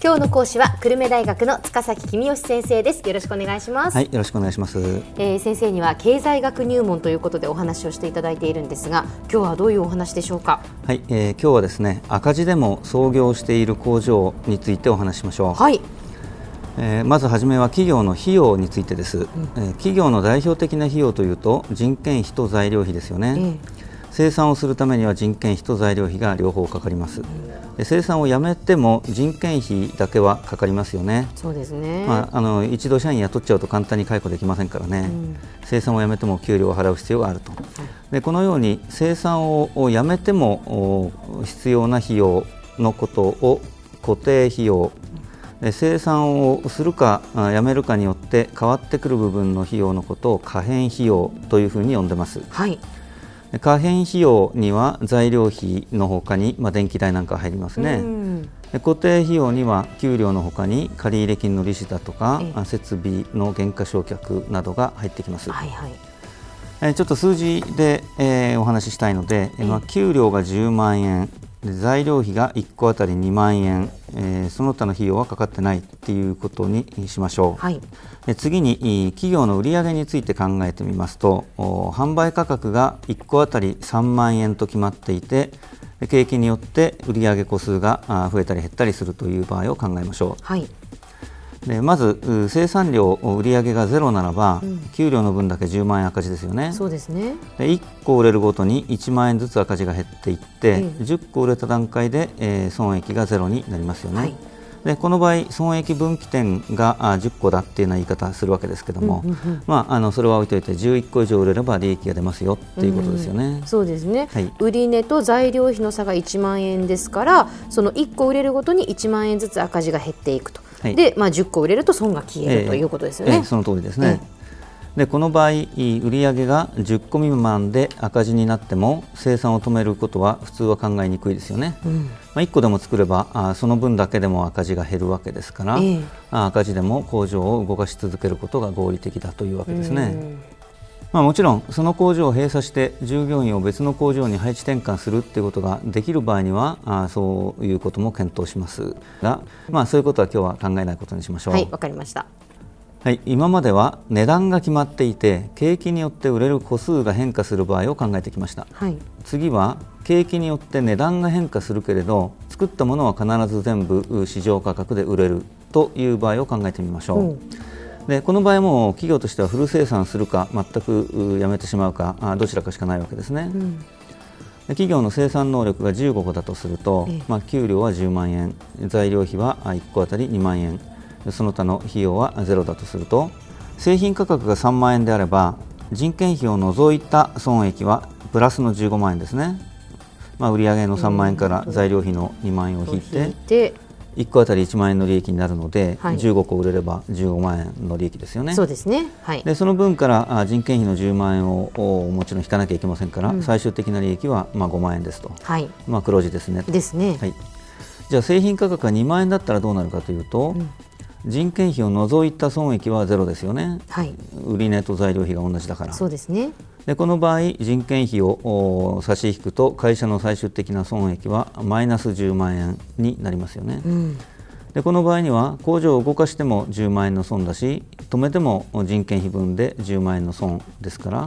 今日の講師は久留米大学の塚崎公義先生です。よろしくお願いします。 はい、よろしくお願いします。 先生には経済学入門ということでお話をしていただいているんですが、今日はどういうお話でしょうか。 はい、今日はですね、赤字でも操業している工場についてお話ししましょう。 はい。 まずはじめは企業の費用についてです。企業の代表的な費用というと人件費と材料費ですよね。生産をするためには人件費と材料費が両方かかります。で生産をやめても人件費だけはかかりますよね。 そうですね。 一度社員雇っちゃうと簡単に解雇できませんからね。生産をやめても給料を払う必要があると。でこのように生産をやめても必要な費用のことを固定費用、生産をするかやめるかによって変わってくる部分の費用のことを可変費用というふうに呼んでます。 はい。 可変費用には材料費のほかに、電気代なんか入りますね。固定費用には給料のほかに借入金の利子だとか設備の減価償却などが入ってきます。はいはい。ちょっと数字で、お話ししたいので、給料が10万円で材料費が1個あたり2万円、その他の費用はかかってないっていうことにしましょう。はい。次に企業の売上について考えてみますと、販売価格が1個あたり3万円と決まっていて、景気によって売上個数が増えたり減ったりするという場合を考えましょう。はい。でまず生産量売上がゼロならば、給料の分だけ10万円赤字ですよね。 そうですね。 で1個売れるごとに1万円ずつ赤字が減っていって、10個売れた段階で、損益がゼロになりますよね。はい。でこの場合損益分岐点が10個だっていうような言い方するわけですけども、それは置いといて11個以上売れれば利益が出ますよっていうことですよね。 そうですね。はい。売値と材料費の差が1万円ですから、その1個売れるごとに1万円ずつ赤字が減っていくと。はい。で、10個売れると損が消えるということですよね。 その通りですね。でこの場合売上が10個未満で赤字になっても生産を止めることは普通は考えにくいですよね。1個でも作ればその分だけでも赤字が減るわけですから、赤字でも工場を動かし続けることが合理的だというわけですね。もちろんその工場を閉鎖して従業員を別の工場に配置転換するということができる場合にはそういうことも検討しますが、そういうことは今日は考えないことにしましょう。はい、 わかりました。 はい、今までは値段が決まっていて景気によって売れる個数が変化する場合を考えてきました。はい。次は景気によって値段が変化するけれど作ったものは必ず全部市場価格で売れるという場合を考えてみましょう。でこの場合も企業としてはフル生産するか全くやめてしまうかどちらかしかないわけですね。企業の生産能力が15個だとすると、給料は10万円材料費は1個あたり2万円その他の費用はゼロだとすると、製品価格が3万円であれば人件費を除いた損益はプラスの15万円ですね。売上の3万円から材料費の2万円を引いて1個あたり1万円の利益になるので、15個売れれば15万円の利益ですよね。 そうですね。はい。 でその分から人件費の10万円をもちろん引かなきゃいけませんから、最終的な利益は5万円ですと。はい。黒字ですね。 ですね。 はい。じゃあ製品価格が2万円だったらどうなるかというと、人件費を除いた損益はゼロですよね。はい。売値と材料費が同じだから。 そうですね。 でこの場合人件費を差し引くと会社の最終的な損益はマイナス10万円になりますよね。でこの場合には工場を動かしても10万円の損だし止めても人件費分で10万円の損ですから、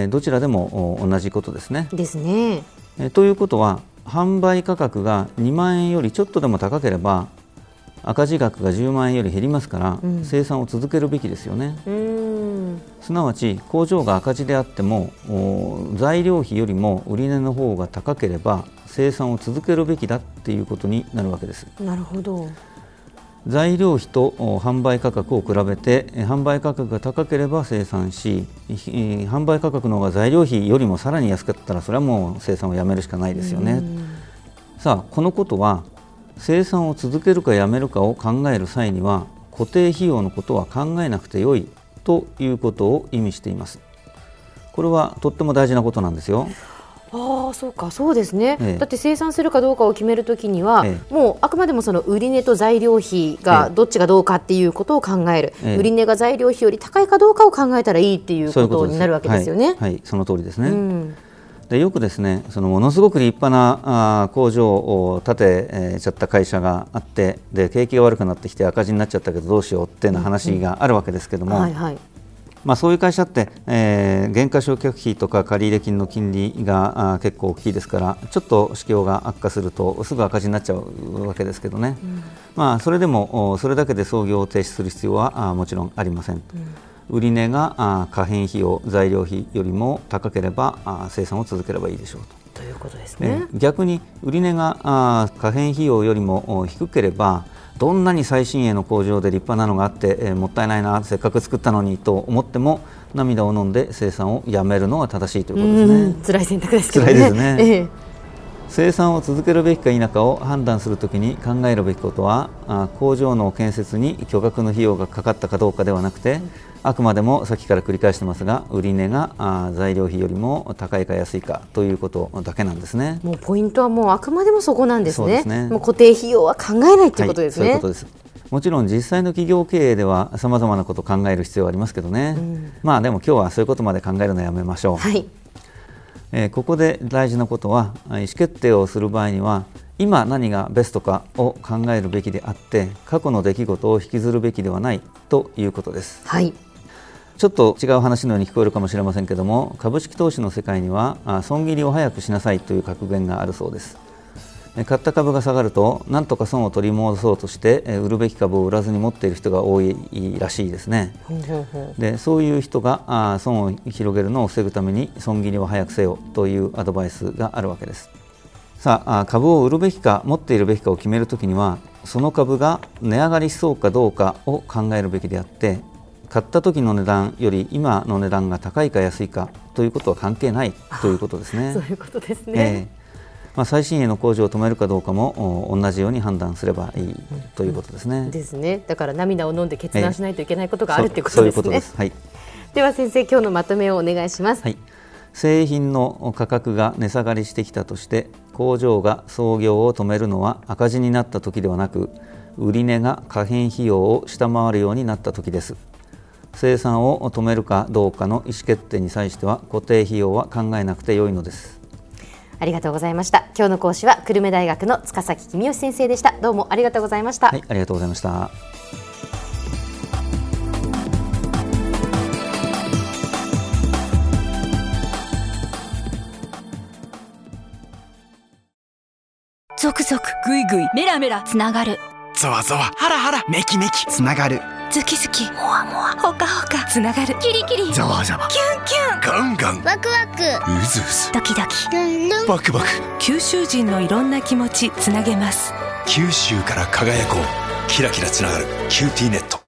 どちらでも同じことですね。 ですね。 ということは販売価格が2万円よりちょっとでも高ければ赤字額が10万円より減りますから、生産を続けるべきですよね。すなわち工場が赤字であっても材料費よりも売値の方が高ければ生産を続けるべきだっていうことになるわけです。 なるほど。 材料費と販売価格を比べて販売価格が高ければ生産し販売価格の方が材料費よりもさらに安かったらそれはもう生産をやめるしかないですよね。さあこのことは生産を続けるかやめるかを考える際には固定費用のことは考えなくてよいということを意味しています。これはとっても大事なことなんですよ。 そうか、そうですね。だって生産するかどうかを決めるときには、もうあくまでもその売値と材料費がどっちがどうかっていうことを考える、売値が材料費より高いかどうかを考えたらいいっていうことになるわけですよね。 はい、その通りですね。 でよくですね、そのものすごく立派な工場を建てちゃった会社があって、で景気が悪くなってきて赤字になっちゃったけどどうしようっていうような話があるわけですけども、そういう会社って、減価償却費とか借入金の金利が結構大きいですから、ちょっと市況が悪化するとすぐ赤字になっちゃうわけですけどね、それでもそれだけで操業を停止する必要はもちろんありません。売値が可変費用、材料費よりも高ければ生産を続ければいいでしょうということですね。 逆に売値が可変費用よりも低ければ、どんなに最新鋭の工場で立派なのがあって、もったいないな、せっかく作ったのにと思っても涙を飲んで生産をやめるのが正しいということですね。 辛い選択ですけどね。 辛いですね。生産を続けるべきか否かを判断するときに考えるべきことは、工場の建設に巨額の費用がかかったかどうかではなくて、あくまでもさっきから繰り返してますが、売値が材料費よりも高いか安いかということだけなんですね。 もうポイントはもうあくまでもそこなんですね。 そうですね。 もう固定費用は考えないということですね。 そういうことです。もちろん実際の企業経営ではさまざまなことを考える必要はありますけどね、でも今日はそういうことまで考えるのはやめましょう。ここで大事なことは、意思決定をする場合には今何がベストかを考えるべきであって、過去の出来事を引きずるべきではないということです。ちょっと違う話のように聞こえるかもしれませんけども、株式投資の世界には損切りを早くしなさいという格言があるそうです。買った株が下がると何とか損を取り戻そうとして売るべき株を売らずに持っている人が多いらしいですね。でそういう人が損を広げるのを防ぐために損切りを早くせよというアドバイスがあるわけです。さあ、株を売るべきか持っているべきかを決めるときには、その株が値上がりしそうかどうかを考えるべきであって、買った時の値段より今の値段が高いか安いかということは関係ないということですね。 そういうことですね。 最新鋭の工場を止めるかどうかも同じように判断すればいいということですね。 ですね。だから涙を飲んで決断しないといけないことがあるということですね。 そういうことです。 では先生、今日のまとめをお願いします。 製品の価格が値下がりしてきたとして工場が操業を止めるのは赤字になった時ではなく、売値が可変費用を下回るようになった時です。生産を止めるかどうかの意思決定に際しては固定費用は考えなくてよいのです。 ありがとうございました。今日の講師は久留米大学の塚崎公義先生でした。どうもありがとうございました。 ありがとうございました。 ゾクゾクグイグイメラメラつながる、 ゾワゾワハラハラメキメキつながる、 ズキズキモワモワホカホカつながる、キリキリザワザワキュンキュンガンガンワクワクうずうずドキドキルンルンバクバク、 九州人のいろんな気持ちつなげます。 九州から輝こう、キラキラつながるキューティーネット。